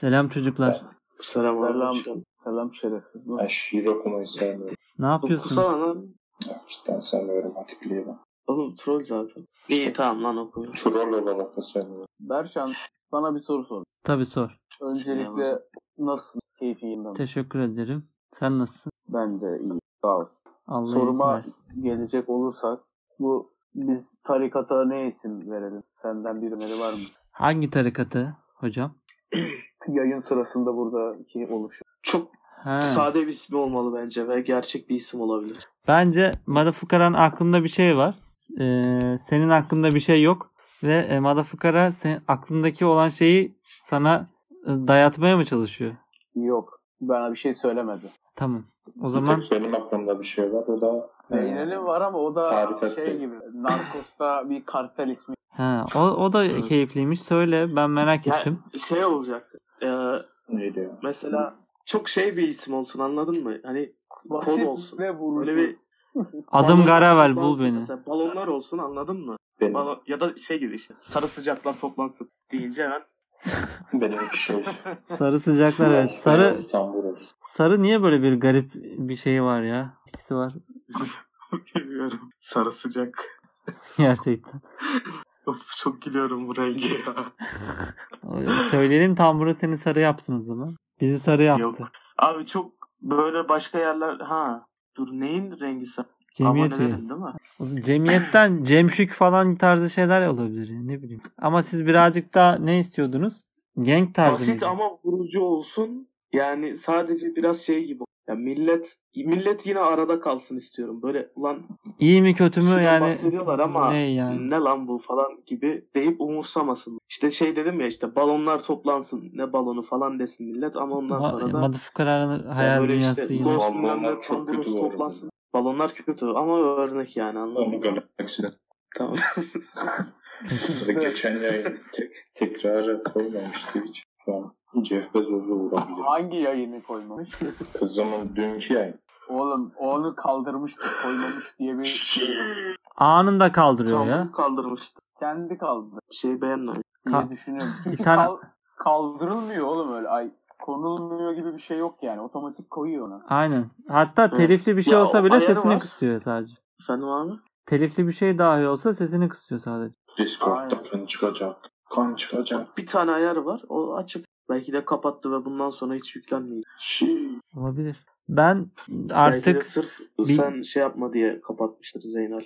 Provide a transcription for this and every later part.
Selam çocuklar. Selam şerefsiz. Ben şiir okumayı sevmiyorum. Ne yapıyorsunuz? Okusana lan. Cidden sevmiyorum, atipliği ben. Oğlum troll zaten. İyi tamam lan okuyun. Troll olarak da sevmiyorum. Berşan sana bir soru sor. Tabii sor. Öncelikle nasılsın? Keyfin yerinde mi? Teşekkür ederim. Sen nasılsın? Ben de iyi. Sağ ol. Allah Soruma iyilik versin. gelecek olursak biz tarikata ne isim verelim? Senden bir öneri var mı? Hangi tarikatı hocam? Yayın sırasında buradaki oluşum. Çok He. sade bir ismi olmalı bence ve gerçek bir isim olabilir. Bence Madafukara'nın aklında bir şey var. Senin aklında bir şey yok. Ve Madafukara aklındaki olan şeyi sana dayatmaya mı çalışıyor? Yok. Bana bir şey söylemedi. Tamam. O zaman Benim aklımda bir şey var. O da Zeynel'in var ama o da tarikat şey değil. gibi. Narcos'ta bir kartel ismi. o da keyifliymiş. Söyle, ben merak ettim. Şey olacaktı. Neydi ya? Mesela çok şey bir isim olsun, anladın mı? Hani kod olsun. Böyle bir Adım Garavel, bul beni. Mesela balonlar olsun, anladın mı? Benim, Ya da şey gibi işte. Sarı sıcaklar toplansın deyince hemen. benimki şey. Sarı sıcaklar, evet. İstanbul olsun. Sarı niye böyle bir garip bir şey var ya? İkisi var. Bilmiyorum. Sarı sıcak. Gerçekten. Of, çok gülüyorum bu rengi ya. Söyleyelim, tamburu seni sarı yapsın o zaman. Bizi sarı yaptı. Yok. Abi çok böyle başka yerler... Dur, neyin rengi sarı? Cemiyet Abonelerin üyesi. değil mi? Cemiyetten Cemşük falan tarzı şeyler olabilir. Ne bileyim. Ama siz birazcık daha ne istiyordunuz? Gang tarzı Basit mıydı? ama vurucu olsun. Yani sadece biraz şey gibi. Ya millet yine arada kalsın istiyorum. Böyle ulan İyi mi kötü mü şuradan yani? bahsediyorlar ama Ne yani? ne lan bu falan gibi deyip umursamasın. İşte şey dedim ya, işte balonlar toplansın, ne balonu falan desin millet ama ondan sonra da Madafukara'nın hayal böyle dünyası işte yine. Balonlar çok Tamburus kötü bu arada. toplansın. Balonlar kötü ama örnek yani, anladın Onu mı? galaksiden. Tamam. Geçen yayın tekrarı koymamıştı hiç. Şu an Jeff Bezos'u vurabilir. Hangi yayını koymamış? Kızımın dünkü yayın. Oğlum onu kaldırmıştı, koymamış diye bir Anında kaldırıyor ya. Tambur kaldırmıştı. Kendi kaldırdı. Bir şey beğenmemiş diye Ka- düşünüyorum. Çünkü Bir tane- kaldırılmıyor oğlum öyle. Konulmuyor gibi bir şey yok yani. Otomatik koyuyor ona. Aynen. Hatta Evet. telifli bir şey Ya, olsa o bile ayarı sesini var. kısıyor sadece. Efendim abi? Telifli bir şey dahi olsa sesini kısıyor sadece. Discord'da Aynen. kan çıkacak. Kan çıkacak. Bir tane ayarı var. O açık. Belki de kapattı ve bundan sonra hiç yüklenmeyecek. Olabilir. Ben Belki de artık sırf sen şey yapma diye kapatmıştır Zeynel.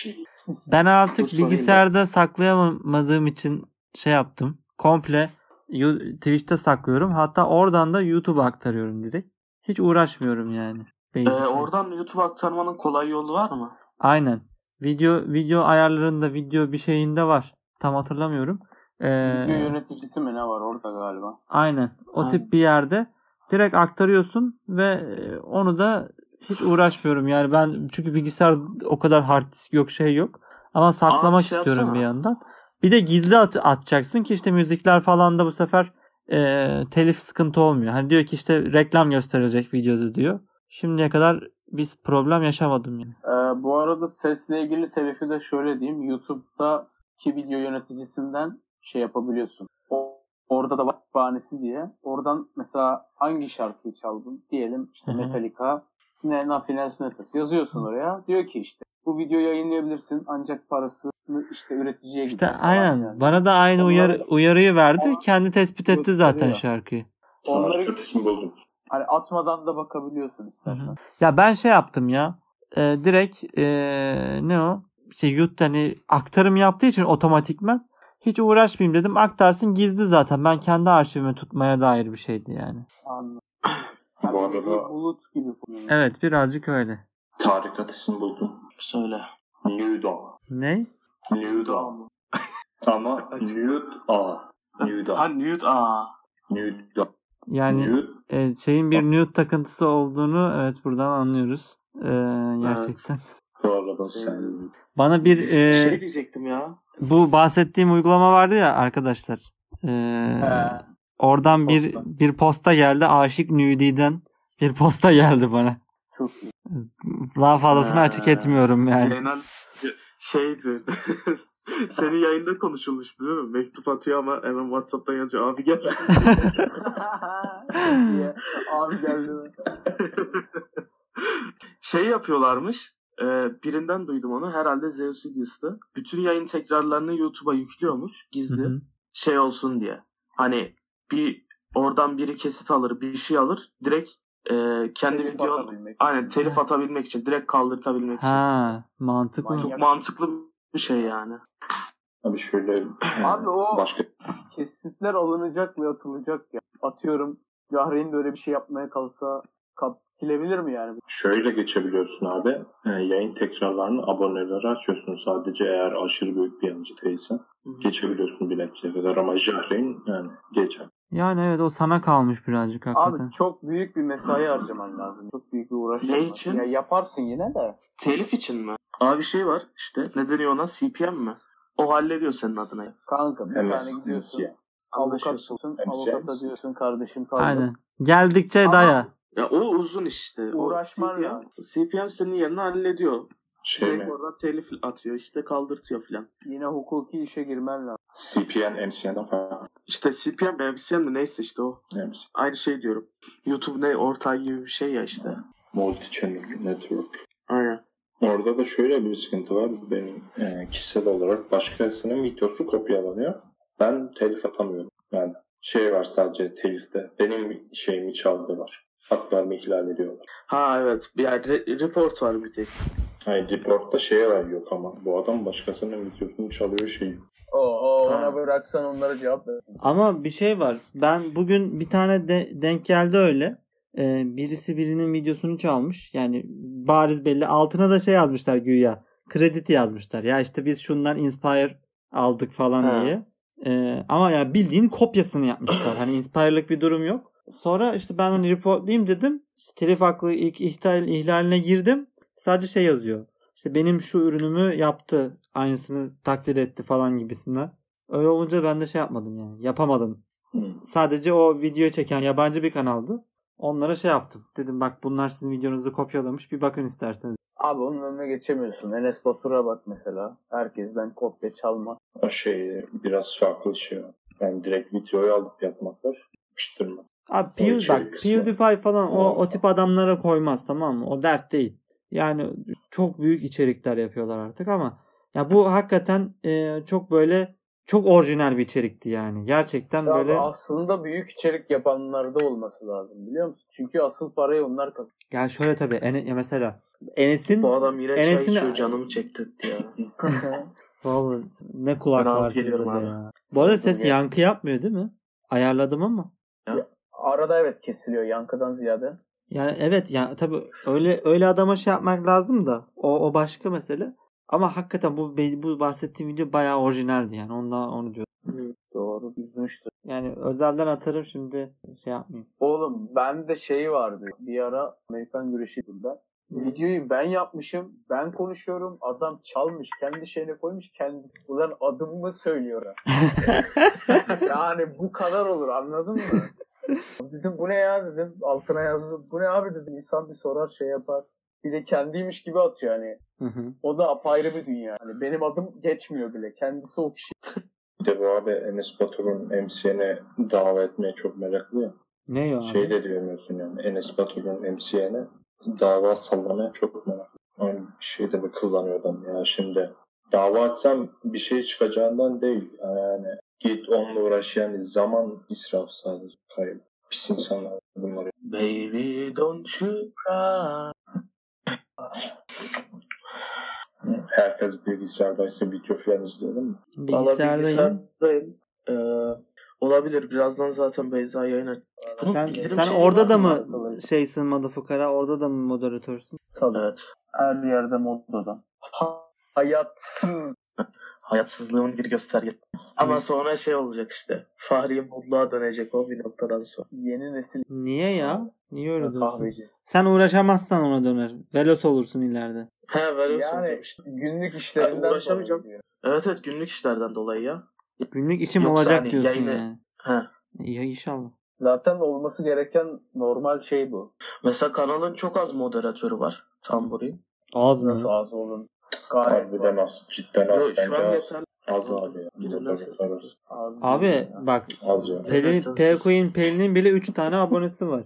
Ben artık Dur, sorayım bilgisayarda saklayamadığım için şey yaptım. Komple Twitch'te saklıyorum. Hatta oradan da YouTube'a aktarıyorum direkt. Hiç uğraşmıyorum yani. Oradan YouTube'a aktarmanın kolay yolu var mı? Aynen. Video ayarlarında, video bir şeyinde var. Tam hatırlamıyorum. Video yöneticisi mi ne var orada galiba? Aynen. O Aynen. tip bir yerde direkt aktarıyorsun ve onu da hiç uğraşmıyorum. Yani ben çünkü bilgisayar o kadar hard disk yok, şey yok. Ama saklamak şey istiyorum yapsana. bir yandan. Bir de gizli atacaksın ki işte müzikler falan da bu sefer telif sıkıntı olmuyor. Hani diyor ki işte reklam gösterilecek videoda diyor. Şimdiye kadar biz problem yaşamadım yani. Bu arada sesle ilgili telifi de şöyle diyeyim. YouTube'daki video yöneticisinden şey yapabiliyorsun. Orada da var bahanesi diye. Oradan mesela hangi şarkıyı çaldın? Diyelim işte Hı hı. Metallica, Nothing Else Matters. Yazıyorsun oraya. Diyor ki işte bu videoyu yayınlayabilirsin ancak parası işte üreticiye İşte gidiyor. aynen. Yani. Bana da aynı uyarıyı verdi. Kendi tespit etti zaten gösteriyor. şarkıyı. Onları Kötüsünü buldum. hani atmadan da bakabiliyorsun istersen. Hı. Ya ben şey yaptım ya. Direkt ne o? hani aktarım yaptığı için otomatikman hiç uğraşmayayım dedim. Aktarsın, gizli zaten. Ben kendi arşivimi tutmaya dair bir şeydi yani. Anladım. Bu arada bulut gibi. Evet, birazcık öyle. tarikat isim buldum. Söyle. Nuda. Ne? Nuda. Ama Nuda. Nuda. Nude Nuda. Yani Nude. şeyin bir nude takıntısı olduğunu evet buradan anlıyoruz. Gerçekten. Bu arada sen. Bana bir şey diyecektim ya. bu bahsettiğim uygulama vardı ya arkadaşlar. Oradan bir posta geldi. Aşık Nudi'den bir posta geldi bana. Çok iyi. Daha fazlasını açık etmiyorum yani. Zeynel şeydi. Senin yayında konuşulmuştu değil mi? Mektup atıyor ama hemen WhatsApp'tan yazıyor. Abi gel. Abi geldi mi? Şey yapıyorlarmış. Birinden duydum onu. Herhalde Zeus Studios'ta. Bütün yayın tekrarlarını YouTube'a yüklüyormuş. Gizli. Hı hı. Şey olsun diye. Hani oradan biri kesit alır, bir şey alır. Direkt kendi Telif videon atabilmek aynen için. telif atabilmek için. Direkt kaldırtabilmek için. Ha, mantıklı. Çok mantıklı bir şey yani. Abi şöyle Abi o başka kesitler alınacak ve atılacak ya. Atıyorum Yahreyn de öyle bir şey yapmaya kalsa silebilir mi yani? şöyle geçebiliyorsun abi. Yayın tekrarlarını abonelere açıyorsun. Sadece eğer aşırı büyük bir yayıncı değilsen. Geçebiliyorsun bir nebzeye kadar ama Jahreyn yani geçer. Yani evet o sana kalmış birazcık hakikaten. Abi çok büyük bir mesai harcaman lazım. Çok büyük bir uğraş Ne yapman. için? Ya yaparsın yine de. Telif için mi? Abi şey var işte. Ne deniyor ona? CPM mi? O hallediyor senin adına. Kanka bir tane gidiyorsun. Avukat Anlaşıyorsun. olsun. Avukata diyorsun kardeşim kaldı. Aynen. Geldikçe Ama- daya. Ya o uzun işte. Uğraşman O CPM, lazım. CPM senin yerine hallediyor. Şey Direkt mi? oradan telif atıyor işte kaldırtıyor filan. Yine hukuki işe girmen lazım. CPN, MCN'den farklı. İşte CPM, MCN mi neyse işte o. MC. Aynı şey diyorum. YouTube ne ortağı gibi bir şey ya işte. Multi-channel network. Aynen. Orada da şöyle bir sıkıntı var. Benim kişisel olarak başkasının videosu kopyalanıyor. Ben telif atamıyorum. Yani şey var sadece telifte. Benim şeyimi çaldı var. Haklarımı ihlal ediyorlar. Ha evet. Yani report var bir tek. Hayır, reportta şey var yok ama. Bu adam başkasının videosunu çalıyor şeyi. Ona bıraksan onlara cevap ver. Ama bir şey var. Ben bugün bir tane denk geldi öyle. Birisi birinin videosunu çalmış. Yani bariz belli. Altına da şey yazmışlar güya. Kredi yazmışlar. Ya işte biz şundan Inspire aldık falan diye. Ama ya bildiğin kopyasını yapmışlar. Hani Inspire'lık bir durum yok. Sonra işte ben onu reportlayayım dedim. Telif hakkı ilk ihlaline girdim. Sadece şey yazıyor. İşte benim şu ürünümü yaptı. Aynısını takdir etti falan gibisinden. Öyle olunca ben de şey yapmadım yani. Yapamadım. Sadece o videoyu çeken yabancı bir kanaldı. Onlara şey yaptım. Dedim bak bunlar sizin videonuzu kopyalamış. Bir bakın isterseniz. Abi onun önüne geçemiyorsun. Enes Batur'a bak mesela. Herkesten kopya çalma. O şey biraz farklı şey. Yani direkt videoyu alıp yapmak var. Yapıştırma. Abi PewDiePie falan o tip adamlara koymaz, tamam mı? O dert değil. Yani çok büyük içerikler yapıyorlar artık ama ya bu hakikaten çok böyle çok orijinal bir içerikti yani. Gerçekten Ya böyle. aslında büyük içerik yapanlarda olması lazım biliyor musun? Çünkü asıl parayı onlar kazanıyor. Yani şöyle tabii mesela Enes'in Bu adam yine çay içiyor, canımı çektirdi ya. vallahi ne kulak Ben var alıp geliyorum sizde de abi. ya. Bu arada ses yankı yapmıyor değil mi? Ayarladım ama. Arada evet kesiliyor yankıdan ziyade. Yani evet yani tabii öyle adama şey yapmak lazım da o başka mesele. Ama hakikaten bu bahsettiğim video bayağı orijinaldi yani. Onu diyorum. Doğru üzmüştür. Yani özelden atarım şimdi şey yapmayayım. Oğlum bende şey vardı. Bir ara Amerikan güreşi burada. Videoyu ben yapmışım. Ben konuşuyorum. Adam çalmış. Kendi şeyine koymuş. Kendi ulan adımımı söylüyor. Yani bu kadar olur anladın mı? Dedim bu ne ya dedim. Altına yazdım. Bu ne abi dedim. İnsan bir sorar şey yapar. Bir de kendiymiş gibi atıyor hani. O da apayrı bir dünya. Hani benim adım geçmiyor bile. Kendisi o kişi. Bir de bu abi Enes Batur'un MCN'e dava etmeye çok meraklı ya. Ne ya? Şey de diyemiyorsun yani. Enes Batur'un MCN'e dava sallamaya çok meraklı. Aynı şey de mi kullanıyor adam ya şimdi. Dava açsam bir şey çıkacağından değil. Yani git onunla uğraş yani zaman israf sadece. Kayıp. Pis insanlar bunları. Baby don't you cry. Herkes bilgisayardaysa video falan izliyor değil mi? Bilgisayardayım. Olabilir. Birazdan zaten Beyza yayın Sen orada da mı şeysin Madafukara? Orada da mı moderatörsün? Tabii. Evet. Her yerde modda. Hayatsız. Hayatsızlığın bir göstergesi. Ama sonra şey olacak işte. Fahri modluğa dönecek o bir noktadan sonra. Yeni nesil Niye ya? Niye öyle diyorsun? kahveci. Sen uğraşamazsan ona döner. Velos olursun ileride. He veriyorsun Yani işte. günlük işlerinden uğraşamayacağım. Evet günlük işlerden dolayı ya. Günlük işim Yoksa olacak hani diyorsun yayını... yani. He. Ya inşallah. Zaten olması gereken normal şey bu. Mesela kanalın çok az moderatörü var. Tamburi. Az Nasıl mı? az olun? Gayet Harbiden az. Cidden az. Yo, şu Bence an az. yeterli. Az abi ya. Birinden ses Moderatör yapıyor. Abi bak az ya. Pelin bile 3 tane abonesi var.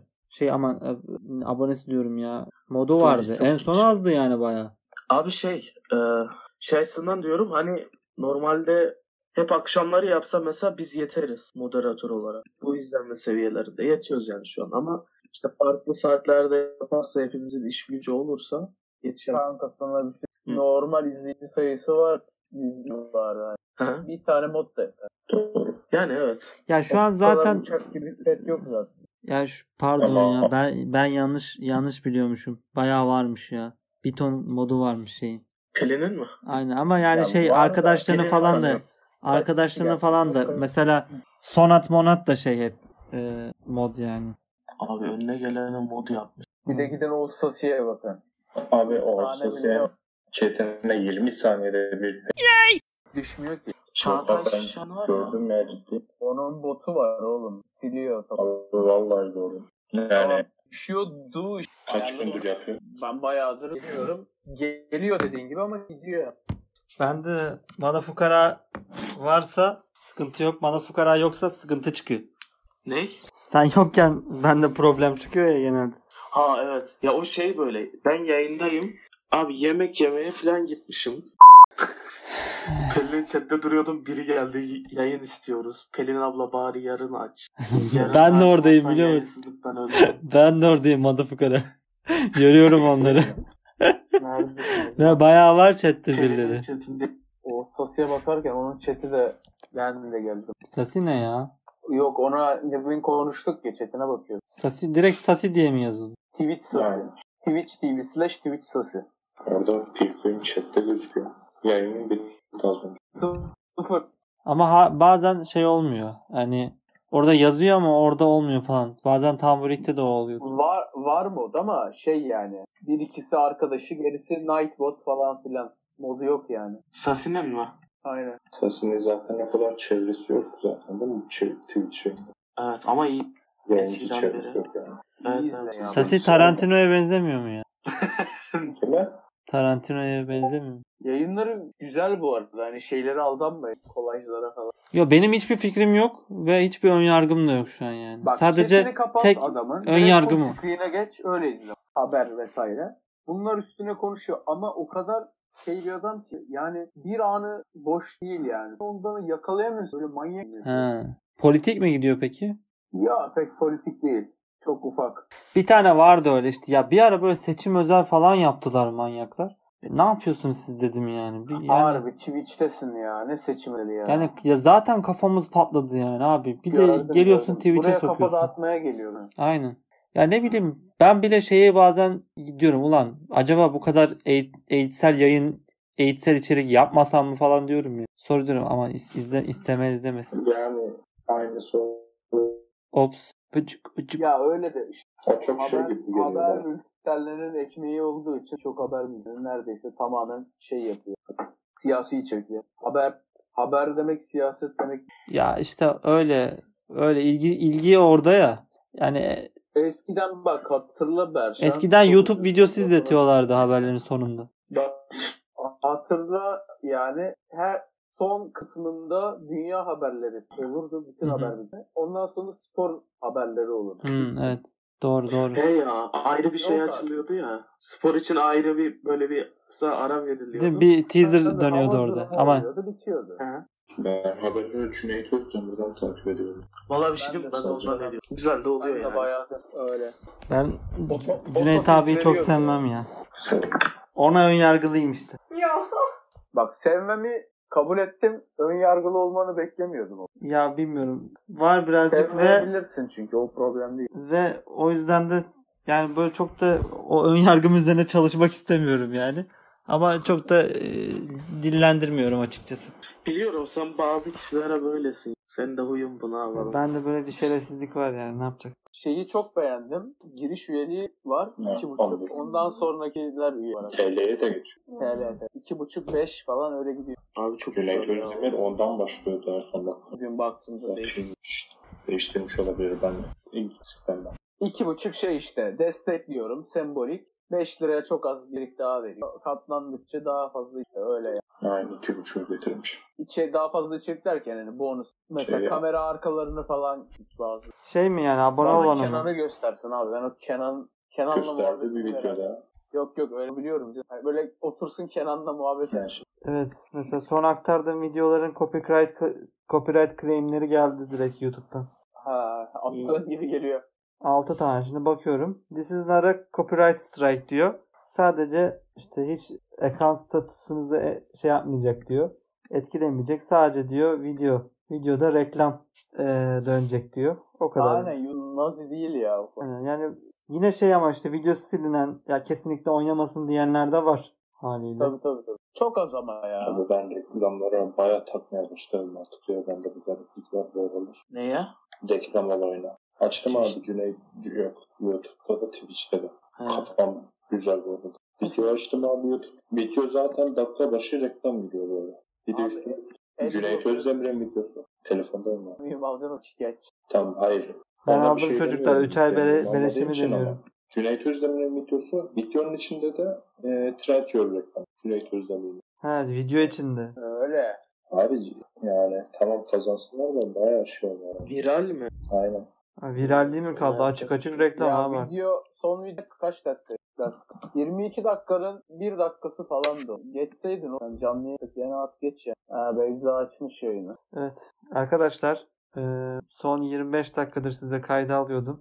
Abonesi diyorum ya. Modu vardı. Çok En son iyi. azdı yani bayağı. Abi şey açısından diyorum hani normalde hep akşamları yapsa mesela biz yeteriz moderatör olarak. Bu izlenme seviyelerinde yetiyoruz yani şu an ama işte farklı saatlerde yaparsa hepimizin iş gücü olursa yetişer. Kanka sana bir şey. Normal izleyici sayısı var. 100 var yani. Hı. Bir tane mod da yeter. Doğru. Yani evet. Ya şu an O kadar zaten uçak gibi set yok zaten. pardon Ama- ya ben yanlış biliyormuşum. Bayağı varmış ya. Bir ton modu varmış şeyin. Pelin'in mi? Aynen ama yani Ya var da arkadaşlarını biri falan da kazanıyor. mesela Sonat Monat da hep mod yani. Abi önüne gelene mod yapmış. Bir de giden o sosiye bakın. Abi o Tane bile sosyal yok. chatine 20 saniyede bir Düşmüyor ki. Çağatay ben Şişan var ya. gördüm ya ciddi. Onun botu var oğlum. Siliyor. Abi vallahi doğru. Yani Düşüyordu. kaç gündür yapıyor? Ben bayağıdır biliyorum. Geliyor dediğin gibi ama gidiyor. Ben de bana fukara varsa sıkıntı yok. Bana fukara yoksa sıkıntı çıkıyor. Ne? Sen yokken bende problem çıkıyor ya genelde. Ha evet. Ya o şey böyle. Ben yayındayım. Abi yemek yemeye falan gitmişim. Pelin chatte duruyordum. Biri geldi. Yayın istiyoruz. Pelin abla bari yarın aç. Yarın Ben de oradayım açmazsan biliyor musun? yayınsızlıktan ölürüm. Ben de oradayım bana fukara. Görüyorum onları. Neredesin? Ve bayağı var chatte Pelin'in birileri. chatinde. O sosiye bakarken onun chat'i de ben de geldim. Sasi ne ya? Yok ona bugün konuştuk ya chat'ine bakıyorum. Sasi direkt Sasi diye mi yazıldı? Twitch sosi. Yani. Twitch TV/Twitch sosi. Orada Pilko'nun chatte gözüküyor. Yayının bitti az önce. 0. Ama bazen olmuyor. Hani orada yazıyor ama orada olmuyor falan. Bazen Tamburik'te de o oluyor. Var mod ama yani. Bir ikisi arkadaşı gerisi Nightbot falan filan. Modu yok yani. Sasine mi? Aynen. Sas'ın zaten o kadar çevresi yok zaten değil mi? Bu Twitch'e. Evet ama iyi. Yayıncı Eskiden çevresi beri. yok yani. Evet, İyi evet. izle ya. Sasi Tarantino'ya benzemiyor mu ya? Kime? Tarantino'ya benzemiyor mu? Yayınları güzel bu arada. Hani şeylere aldanmayın. Kolajlara falan. Yo benim hiçbir fikrim yok ve hiçbir ön yargım da yok şu an yani. Bak Sadece chatini kapat tek adamın. ön yargı full mı? Screen'e geç öyle izle. Haber vesaire. Bunlar üstüne konuşuyor ama o kadar bir adam ki yani bir anı boş değil yani. Ondan yakalayamıyorsun. Böyle manyak. Ha. Politik mi gidiyor peki? Ya pek politik değil. Çok ufak. Bir tane vardı öyle işte. Ya bir ara böyle seçim özel falan yaptılar manyaklar. Ne yapıyorsunuz siz dedim yani. Harbi Twitch'tesin ya. Ne seçimleri ya. Yani ya zaten kafamız patladı yani abi. Bir de Gördüm, geliyorsun gördüm. Twitch'e Buraya kafa sokuyorsun. dağıtmaya geliyorum. Aynen. Ya ne bileyim ben bile bazen gidiyorum ulan acaba bu kadar eğitsel yayın eğitsel içerik yapmasam mı falan diyorum ya. Soruyorum ama izlemesin. Yani aynısı o. Ops. Bıcık. Ya öyle de işte. O çok şey gibi geliyor. Haber bana. bültenlerinin ekmeği olduğu için çok haber bülteni neredeyse tamamen yapıyor. Siyasi içerikli. Haber demek siyaset demek. Ya işte öyle ilgi orada ya. Yani Eskiden bak hatırla Berşan. eskiden Çok YouTube uzun videosu süre izletiyorlardı haberlerin sonunda. Bak hatırla yani her son kısmında dünya haberleri olurdu. Bütün Hı hı. haberleri. Ondan sonra spor haberleri olurdu. Evet. Doğru. He ya ayrı bir şey Yok açılıyordu ya. Spor için ayrı bir böyle bir kısa ara veriliyordu. Bir teaser Tabii, dönüyordu hava orada. durumu Ama oluyordu, bitiyordu. He. Ben haberleri Cüneyt Özdemir'den takip ediyorum. Valla bir şey Ben diyeyim mi? de Ben de ondan sadece- ediyorum. Güzel de oluyor Ben de yani. bayağıdır öyle. ben Oto- Cüneyt otomatik abiyi çok veriyorum. sevmem ya. Ona ön yargılıyım işte. Bak sevmemi kabul ettim. Ön yargılı olmanı beklemiyordum. Ya bilmiyorum. Var birazcık ve Sevmeyebilirsin çünkü o problem değil. o yüzden de yani böyle çok da o ön yargım üzerine çalışmak istemiyorum yani. Ama çok da dillendirmiyorum açıkçası. Biliyorum sen bazı kişilere böylesin. Sen de huyun buna havalı. Ben de böyle bir şerefsizlik var yani ne yapacak? Şeyi çok beğendim. Giriş üyeliği var. Evet, 2,5. anladım. Ondan sonrakiler üye var. TL'ye de geçiyor. TL'de. 2,5-5 falan öyle gidiyor. Abi çok Cüneyt güzel ya. Özdemir ondan başlıyordu en son bak. Bugün baktığımda değil. Değiştirmiş olabilir ben de. İlkten ben. 2,5 işte. Destekliyorum. Sembolik. 5 liraya çok az birik daha veriyor. Katlandıkça daha fazla işte öyle ya. Aynı 2.5'u getirmiş. Daha fazla içerik derken yani bonus. Mesela kamera arkalarını falan bazı. Şey mi yani abone Bana olanı Kenan'ı mı? göstersin abi. Ben o Kenan'la Gösterdi bir muhabbet videoda. Yok öyle biliyorum. Yani böyle otursun Kenan'la muhabbet Yani etsin. Evet. Mesela son aktardığım videoların copyright claimleri geldi direkt YouTube'dan. Aklın gibi geliyor. 6 tane. Şimdi bakıyorum. This is not a copyright strike diyor. Sadece işte hiç account statüsünüzü şey yapmayacak diyor. Etkilemeyecek. Sadece diyor videoda reklam dönecek diyor. O kadar. Aynen. Nazi değil ya. Yani yine şey ama işte videosu silinen ya kesinlikle oynamasın diyenler de var haliyle. Tabii. Çok az ama ya. tabii ben reklamlara bayağı takmaya başladım artık diyor. Ben de bu gariplikler böyle olur. Neye? Reklam olayına. Açtım abi Cüneyt yok. YouTube'da da Twitch'te de. He. Kafam güzel bu arada. Video açtım abi YouTube. Video zaten dakika başı reklam gidiyor böyle. Bir de Abi, üstüne Cüneyt Özdemir'in videosu. Telefonda mı? Mühim alacaksın şikayet. Tamam hayır. Ben Ona aldım bir şey çocuklar. demiyorum. 3 ay Anladığım beleşimi için ama deniyorum. Cüneyt Özdemir'in videosu. Videonun içinde de Trendyol reklam. Cüneyt Özdemir'in. Ha video içinde. Öyle. Harici yani tamam kazansınlar da bayağı şey var. Viral mi? Aynen. Ha, viral değil mi kaldı? Açık reklam Ya abi. son video kaç dakika? 22 dakikanın 1 dakikası falandı. Geçseydin o. Yani canlı yayın yani artık geç ya. Beyza açmış yayını. Evet. Arkadaşlar son 25 dakikadır size kayda alıyordum.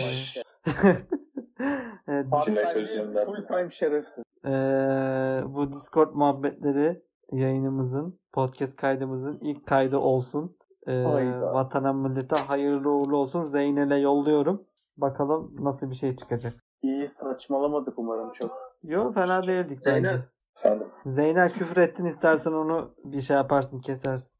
Evet, Cüneyt Özdemir'den. Full time şerefsiz. bu Discord muhabbetleri yayınımızın, podcast kaydımızın ilk kaydı olsun. Hayda. Vatana millete hayırlı uğurlu olsun. Zeynel'e yolluyorum. Bakalım nasıl bir şey çıkacak. İyi saçmalamadık umarım çok. Yok fena değildik Zeynel. bence. Efendim. Zeynel küfür ettin istersen onu bir şey yaparsın kesersin.